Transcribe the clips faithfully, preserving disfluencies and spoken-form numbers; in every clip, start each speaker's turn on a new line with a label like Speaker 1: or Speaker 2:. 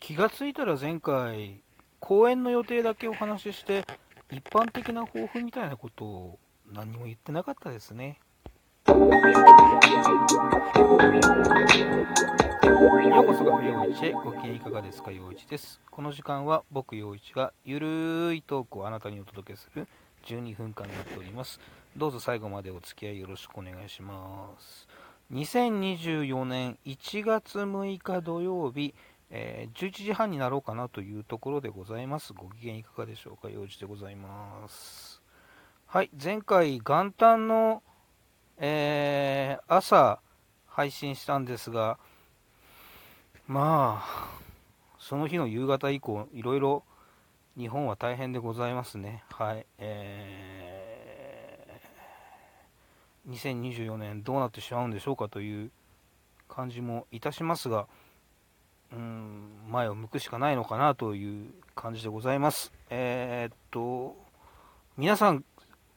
Speaker 1: 気がついたら前回、公演の予定だけお話しして、一般的な抱負みたいなことを何にも言ってなかったですね。ようこそカフェ陽一へ、ご機嫌いかがですか？陽一です。この時間は僕陽一がゆるいトークをあなたにお届けするじゅうにふんかんになっております。どうぞ最後までお付き合いよろしくお願いします。にせんにじゅうよねんいちがつむいか土曜日、えーじゅういちじはんになろうかなというところでございます。ご機嫌いかがでしょうか？陽一でございます。はい、前回元旦の、えー朝配信したんですが、まあ、その日の夕方以降、いろいろ日本は大変でございますね。はい。えー、にせんにじゅうよねんどうなってしまうんでしょうかという感じもいたしますが、うーん、前を向くしかないのかなという感じでございます。えーっと、皆さん、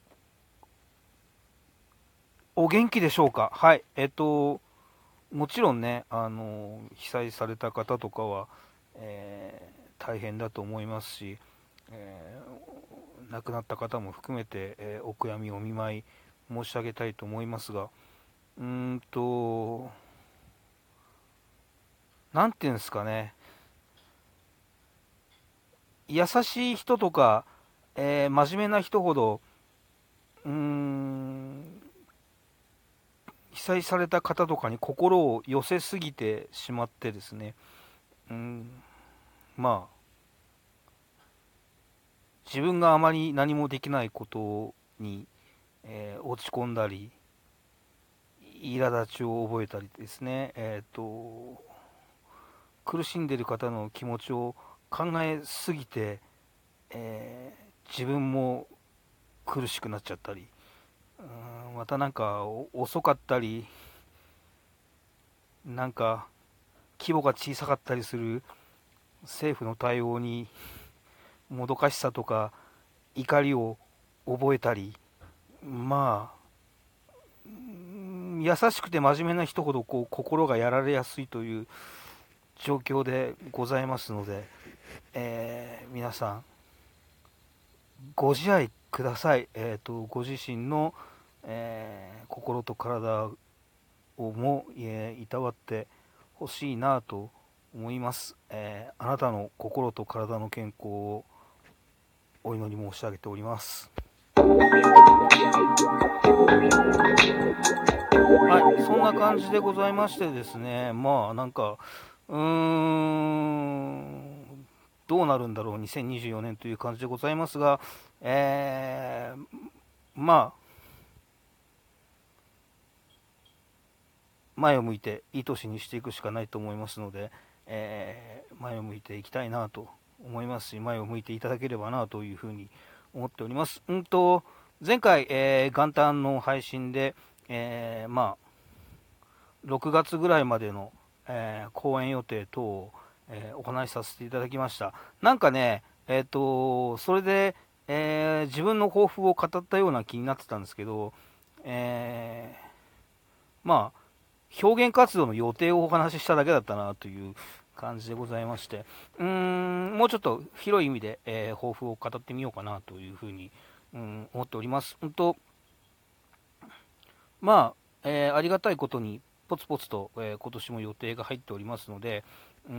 Speaker 1: お元気でしょうか？はい。えっと、もちろんね、あの、被災された方とかは、えー大変だと思いますし、えー亡くなった方も含めて、えーお悔やみお見舞い申し上げたいと思いますが、うーんと、なんていうんですかね、優しい人とか、えー真面目な人ほど、うーん、被災された方とかに心を寄せすぎてしまってですね、うん、まあ、自分があまり何もできないことに、えー落ち込んだり、苛立ちを覚えたりですね、えーと、苦しんでいる方の気持ちを考えすぎて、えー自分も苦しくなっちゃったり、うんまたなんか遅かったり、なんか規模が小さかったりする政府の対応にもどかしさとか怒りを覚えたり、まあ、優しくて真面目な人ほどこう心がやられやすいという状況でございますので、えー皆さんご自愛ください。えーと、ご自身の、えー心と体をも、えーいたわってほしいなと思います、えーあなたの心と体の健康をお祈り申し上げております。はい、そんな感じでございましてですね、まあなんか、うーん、どうなるんだろう、にせんにじゅうよねんという感じでございますが、えー、まあ、前を向いていい年にしていくしかないと思いますので、えー前を向いていきたいなと思いますし、前を向いていただければなというふうに思っております。うんと、前回、えー元旦の配信で、えーまあ、ろくがつぐらいまでの、えー公演予定等を、えーお話しさせていただきました。なんかね、えっ、と、それで、えー自分の抱負を語ったような気になってたんですけど、えーまあ、表現活動の予定をお話ししただけだったなという感じでございまして、うーん、もうちょっと広い意味で、えー抱負を語ってみようかなというふうに、うん、思っております。うんと、まあ、えーありがたいことに、ポツポツと、えー今年も予定が入っておりますので、うん、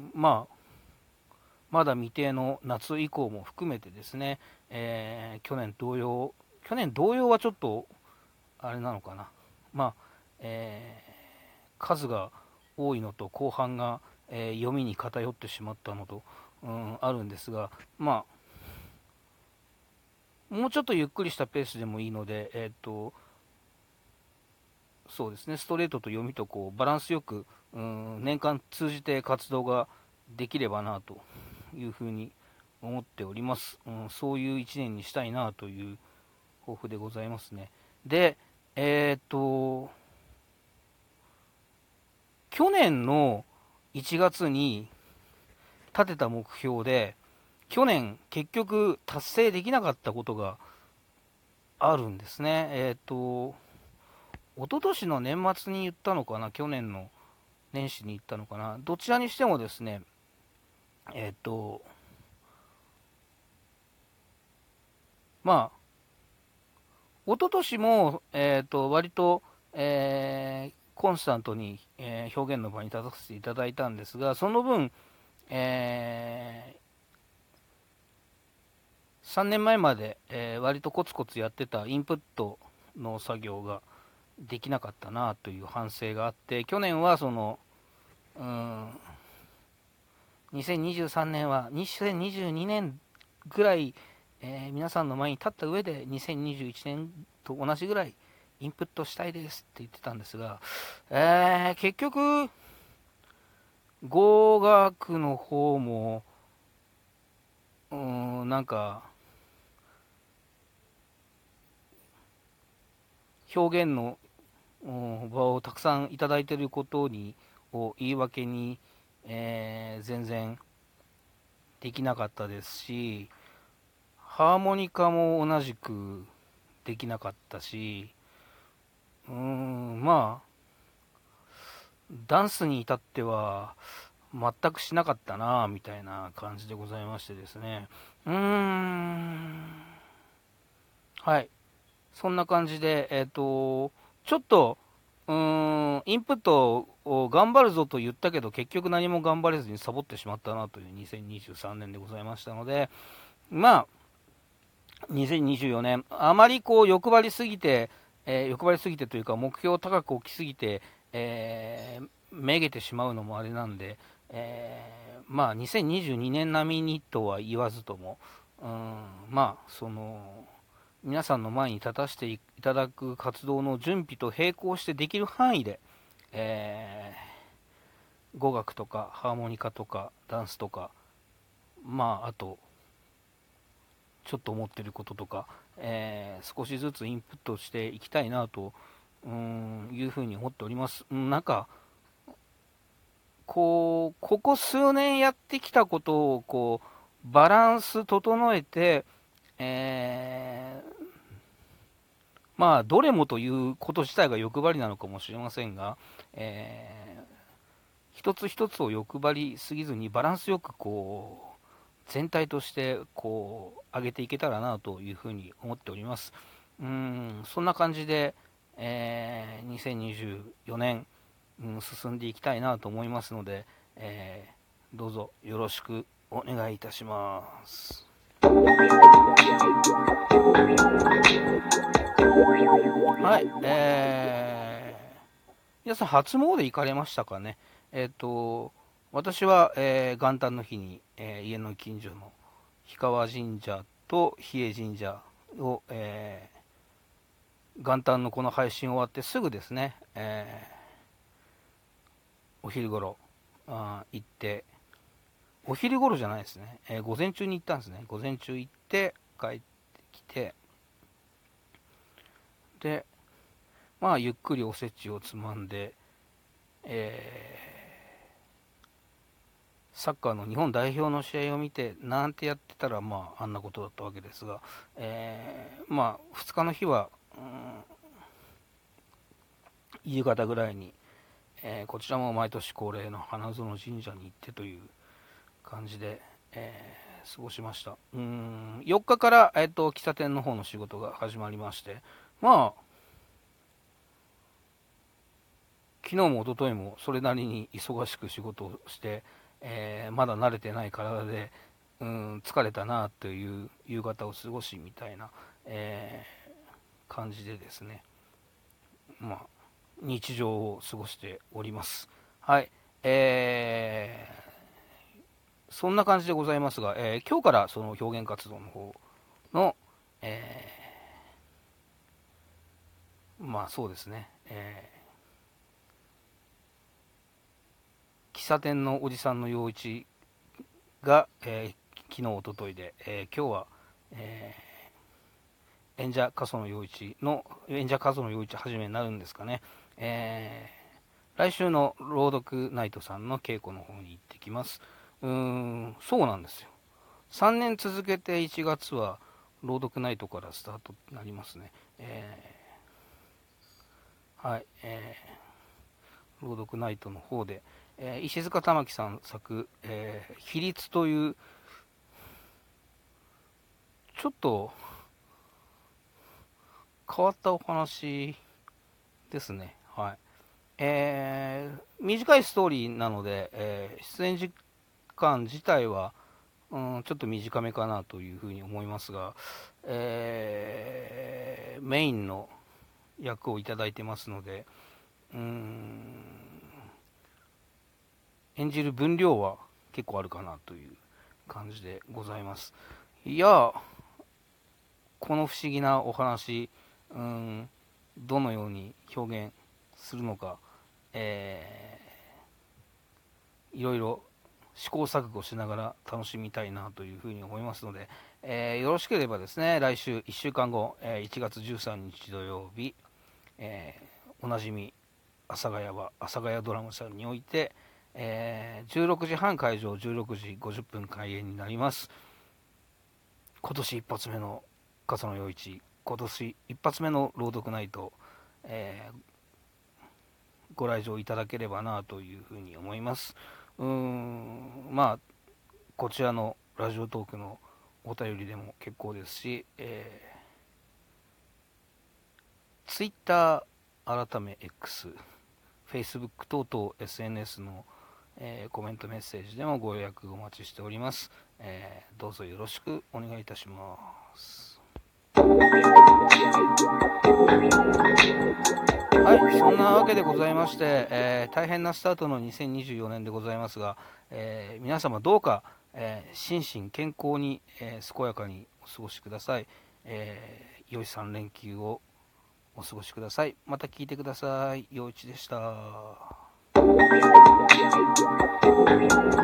Speaker 1: まあ、まだ未定の夏以降も含めてですね、えー去年同様、去年同様はちょっと、あれなのかな、まあ、えー数が多いのと後半が、えー読みに偏ってしまったのと、うん、あるんですが、まあ、もうちょっとゆっくりしたペースでもいいので、えっと、そうですね、ストレートと読みとこうバランスよく、うん、年間通じて活動ができればなというふうに思っております。うん、そういう一年にしたいなという抱負でございますね。で、えっと、去年のいちがつに立てた目標で、去年結局達成できなかったことがあるんですね。えっと、一昨年の年末に言ったのかな、去年の年始に言ったのかな、どちらにしてもですね、 えっとまあ一昨年も、えっと割と、えーコンスタントに、えー表現の場に立たせていただいたんですが、その分、えーさんねんまえまで、えー割とコツコツやってたインプットの作業ができなかったなという反省があって、去年はその、うん、にせんにじゅうさんねんはにせんにじゅうにねんぐらい、えー皆さんの前に立った上でにせんにじゅういちねんと同じぐらいインプットしたいですって言ってたんですが、えー結局語学の方も、うん、なんか表現のうん場をたくさんいただいていることにを言い訳に、えー全然できなかったですし、ハーモニカも同じくできなかったし、うーん、まあ、ダンスに至っては全くしなかったなみたいな感じでございましてですね。うーん、はい。そんな感じで、えっと、ちょっと、うーん、インプットを頑張るぞと言ったけど、結局何も頑張れずにサボってしまったなというにせんにじゅうさんねんでございましたので、まあ、にせんにじゅうよねん、あまりこう欲張りすぎて、えー欲張りすぎてというか、目標を高く置きすぎて、えーめげてしまうのもあれなんで、えーまあ、にせんにじゅうにねん並みにとは言わずとも、うん、まあ、その、皆さんの前に立たせていただく活動の準備と並行してできる範囲で、えー語学とかハーモニカとかダンスとか、まあ、あと、ちょっと思ってることとか、えー少しずつインプットしていきたいなと、うーん、いうふうに思っております。うんなんか、こう、ここ数年やってきたことを、こう、バランス整えて、えーまあ、どれもということ自体が欲張りなのかもしれませんが、えー一つ一つを欲張りすぎずにバランスよくこう全体としてこう上げていけたらなというふうに思っております。うーんそんな感じで、えーにせんにじゅうよねん、うん、進んでいきたいなと思いますので、えーどうぞよろしくお願いいたします。はい、えー皆さん初詣行かれましたかね。えっ、と、私は、えー元旦の日に、えー家の近所の氷川神社と比叡神社を、えー元旦のこの配信終わってすぐですね、えーお昼頃あー行って、お昼頃じゃないですね、えー午前中に行ったんですね。午前中行って帰ってきて、で、まあゆっくりおせちをつまんで、えーサッカーの日本代表の試合を見てなんてやってたら、まああんなことだったわけですが、えーまあふつかの日は、うん、夕方ぐらいに、えーこちらも毎年恒例の花園神社に行ってという感じで、えー過ごしました。うん、よっかから、えーと、喫茶店の方の仕事が始まりまして、まあ昨日も一昨日もそれなりに忙しく仕事をして、えーまだ慣れてない体で、うん、疲れたなという夕方を過ごしみたいな、えー感じでですね、まあ、日常を過ごしております。はい、えーそんな感じでございますが、えー今日からその表現活動の方の、えーまあそうですね、えー喫茶店のおじさんの陽一が、えー昨日、おとといで、えー今日は、えー演者加曽野陽一の、演者加曽野陽一はじめになるんですかね、えー来週の朗読ナイトさんの稽古の方に行ってきます。うーん、そうなんですよ。さんねん続けていちがつは朗読ナイトからスタートになりますね。えーはい、えー朗読ナイトの方で、 えー、石塚玉樹さん作、えー、比率というちょっと変わったお話ですね。はい。えー、短いストーリーなので、えー、出演時間自体は、うん、ちょっと短めかなというふうに思いますが、えー、メインの役をいただいてますので、うーん、演じる分量は結構あるかなという感じでございます。いや、この不思議なお話、うん、どのように表現するのか、えー、いろいろ試行錯誤しながら楽しみたいなというふうに思いますので、えー、よろしければですね、来週いっしゅうかんご、えー、いちがつじゅうさんにち土曜日、えー、おなじみ阿佐ヶ谷は阿佐ヶ谷ドラムさんにおいて、えー、じゅうろくじはん会場、じゅうろくじごじゅっぷん開演になります。今年一発目の笠野陽一、今年一発目の朗読ナイト、えー、ご来場いただければなというふうに思います。うーん、まあ、こちらのラジオトークのお便りでも結構ですし、えー、Twitter 改め X、Facebook 等々 エスエヌエス の、えー、コメントメッセージでもご予約お待ちしております。えー、どうぞよろしくお願いいたします。はい、そんなわけでございまして、えー、大変なスタートのにせんにじゅうよねんでございますが、えー、皆様どうか、えー、心身健康に、えー、健やかにお過ごしください。えー、良いさん連休をお過ごしください。また聞いてください。陽一でした。